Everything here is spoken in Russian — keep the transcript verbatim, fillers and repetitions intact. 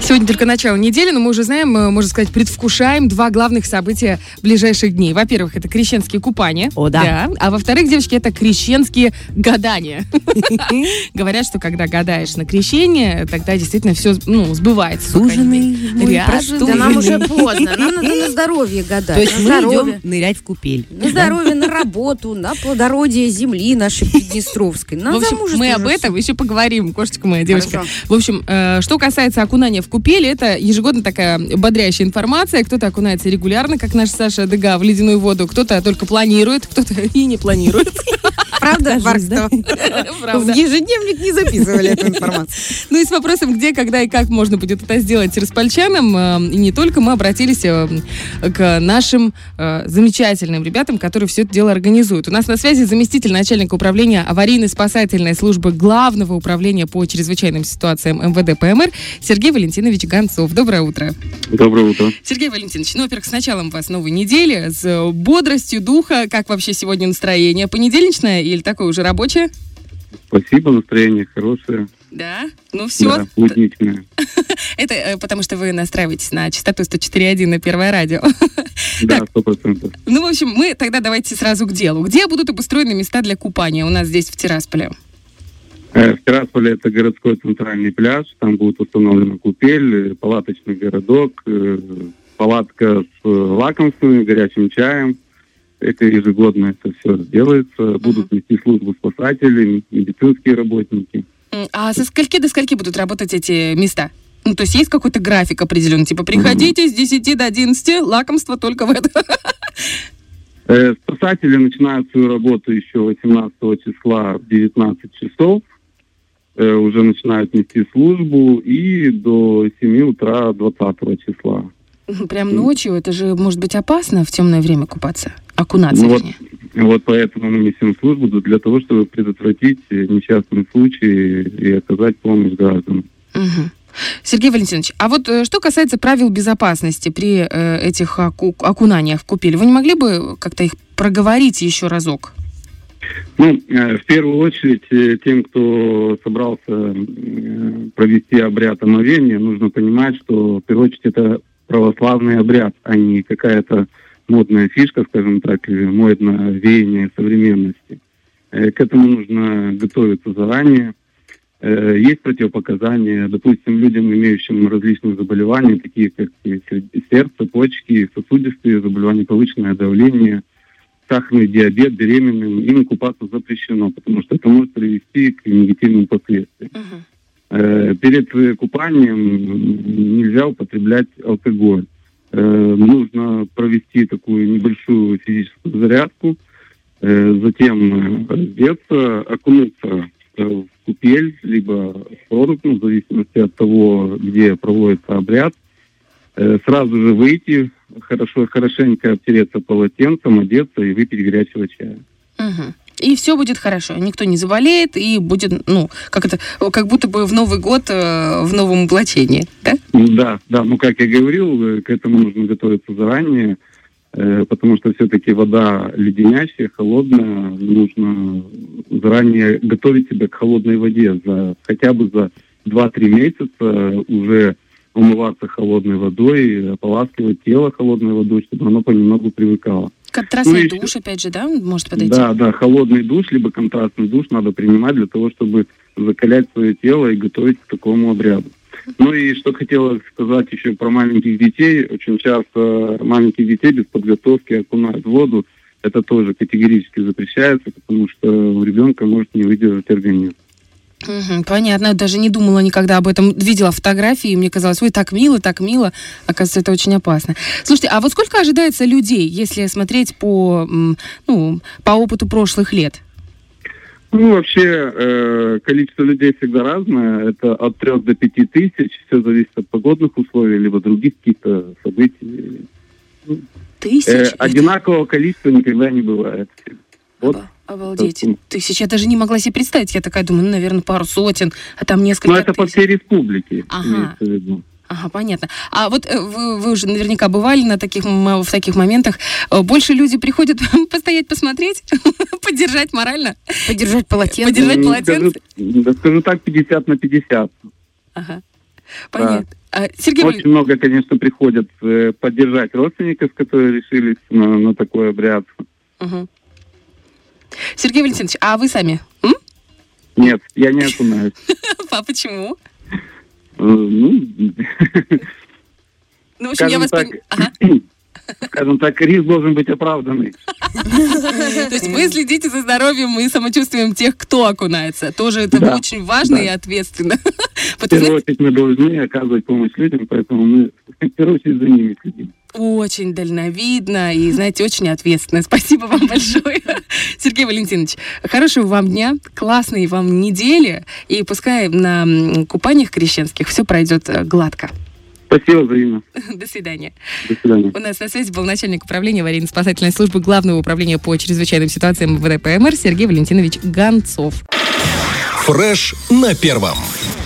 Сегодня только начало недели, но мы уже знаем, можно сказать, предвкушаем два главных события ближайших дней. Во-первых, это крещенские купания. О, да. да. А во-вторых, девочки, это крещенские гадания. Говорят, что когда гадаешь на крещение, тогда действительно все сбывается. Суженый, Да нам уже поздно, нам надо на здоровье гадать. То есть мы идем нырять в купель. На здоровье, на работу, на плодородие земли нашей Приднестровской. В общем, мы об этом еще поговорим, кошечка моя, девочка. В общем, что касается окунания в купели, это ежегодно такая бодрящая информация. Кто-то окунается регулярно, как наш Саша Дега, в ледяную воду, кто-то только планирует, кто-то и не планирует. Правда, Баркстов? Правда. В ежедневник не записывали эту информацию. Ну и с вопросом, где, когда и как можно будет это сделать распальчанам, и не только, мы обратились к нашим замечательным ребятам, которые все это дело организуют. У нас на связи заместитель начальника управления аварийно-спасательной службы Главного управления по чрезвычайным ситуациям эм вэ дэ пэ эм эр Сергей Валентинович Гонцов. Доброе утро. Доброе утро. Сергей Валентинович, ну, во-первых, с началом вас новой недели, с бодростью духа. Как вообще сегодня настроение? Понедельничное или такое уже рабочее? Спасибо, настроение хорошее. Да? Ну все. Да, будничное. Это потому, что вы настраиваетесь на частоту сто четыре и один на Первое радио. Да, сто процентов. Ну, в общем, мы тогда давайте сразу к делу. Где будут обустроены места для купания у нас здесь, в Тирасполе? В Тирасполе это городской центральный пляж. Там будет установлена купель, палаточный городок, палатка с лакомствами, горячим чаем. Это ежегодно это все делается. Будут нести службу спасатели, медицинские работники. А со скольки до скольки будут работать эти места? Ну, то есть есть какой-то график определенный? Типа, приходите mm-hmm. с десяти до одиннадцати, лакомство только в это. Э, спасатели начинают свою работу еще восемнадцатого числа в девятнадцать часов. Э, уже начинают нести службу и до семи утра двадцатого числа. Прям ночью? Это же может быть опасно в темное время купаться? Окунаться, ну, вернее. Вот, вот поэтому мы несем службу для того, чтобы предотвратить несчастные случаи и оказать помощь гражданам. Угу. Сергей Валентинович, а вот что касается правил безопасности при э, этих оку- окунаниях в купель, вы не могли бы как-то их проговорить еще разок? Ну, э, в первую очередь, э, тем, кто собрался э, провести обряд омовения, нужно понимать, что в первую очередь это православный обряд, а не какая-то модная фишка, скажем так, или модное веяние современности. Э, к этому нужно готовиться заранее. Э, есть противопоказания, допустим, людям, имеющим различные заболевания, такие как сердце, почки, сосудистые заболевания, повышенное давление, сахарный диабет, беременным, им купаться запрещено, потому что это может привести к негативным последствиям. Uh-huh. Э, перед купанием нельзя употреблять алкоголь. Э, нужно провести такую небольшую физическую зарядку, э, затем раздеться, окунуться в купель, либо в прорубь, ну, в зависимости от того, где проводится обряд. Э, сразу же выйти, хорошо, хорошенько обтереться полотенцем, одеться и выпить горячего чая. Угу. И все будет хорошо, никто не заболеет, и будет, ну, как это, как будто бы в Новый год э, в новом облачении, да? Да, да, ну, как я говорил, к этому нужно готовиться заранее, э, потому что все-таки вода леденящая, холодная, нужно заранее готовить себя к холодной воде, за, хотя бы за два-три месяца уже умываться холодной водой, ополаскивать тело холодной водой, чтобы оно понемногу привыкало. Контрастный ну, душ, опять же, да, может подойти? Да, да, холодный душ, либо контрастный душ надо принимать для того, чтобы закалять свое тело и готовить к такому обряду. Ну и что хотела сказать еще про маленьких детей. Очень часто маленьких детей без подготовки окунают в воду. Это тоже категорически запрещается, потому что у ребенка может не выдержать организм. Угу, понятно, я даже не думала никогда об этом. Видела фотографии, и мне казалось, ой, так мило, так мило. Оказывается, это очень опасно. Слушайте, а вот сколько ожидается людей, если смотреть по, ну, по опыту прошлых лет? Ну, вообще, э, количество людей всегда разное. Это от трех до пяти тысяч. Все зависит от погодных условий, либо других каких-то событий. Тысяч? Э, одинакового количества никогда не бывает. Вот. Обалдеть. Тысяч. Я даже не могла себе представить. Я такая думаю, ну, наверное, пару сотен, а там несколько Ну, это тысяч. по всей республике, ага. имеется в виду. Ага, понятно. А вот вы, вы уже наверняка бывали на таких, в таких моментах. Больше люди приходят постоять, посмотреть, поддержать морально? Поддержать полотенце? Поддержать полотенце? Да, скажу так, пятьдесят на пятьдесят. Ага. Понятно. А, Сергей Очень Валентинович, много, конечно, приходят э, поддержать родственников, которые решились на, на такой обряд. угу. Сергей Валентинович, а вы сами? М? Нет, я не окунаюсь. А почему? Э, Ну, Ну, в общем, я скажем вас... так, пон- Ага. скажем так, риск должен быть оправданный. То есть вы следите за здоровьем и самочувствием тех, кто окунается. Тоже это Да, очень важно да. и ответственно. В Вот, первую знаете, очередь мы должны оказывать помощь людям, поэтому мы в первую очередь за ними следим. очень дальновидно и, знаете, очень ответственно. Спасибо вам большое, Сергей Валентинович. Хорошего вам дня, классной вам недели, и пускай на м, купаниях крещенских все пройдет э, гладко. Спасибо взаимно. До свидания. До свидания. У нас на связи был начальник управления аварийно-спасательной службы Главного управления по чрезвычайным ситуациям МВД ПМР Сергей Валентинович Гонцов. Фреш на первом.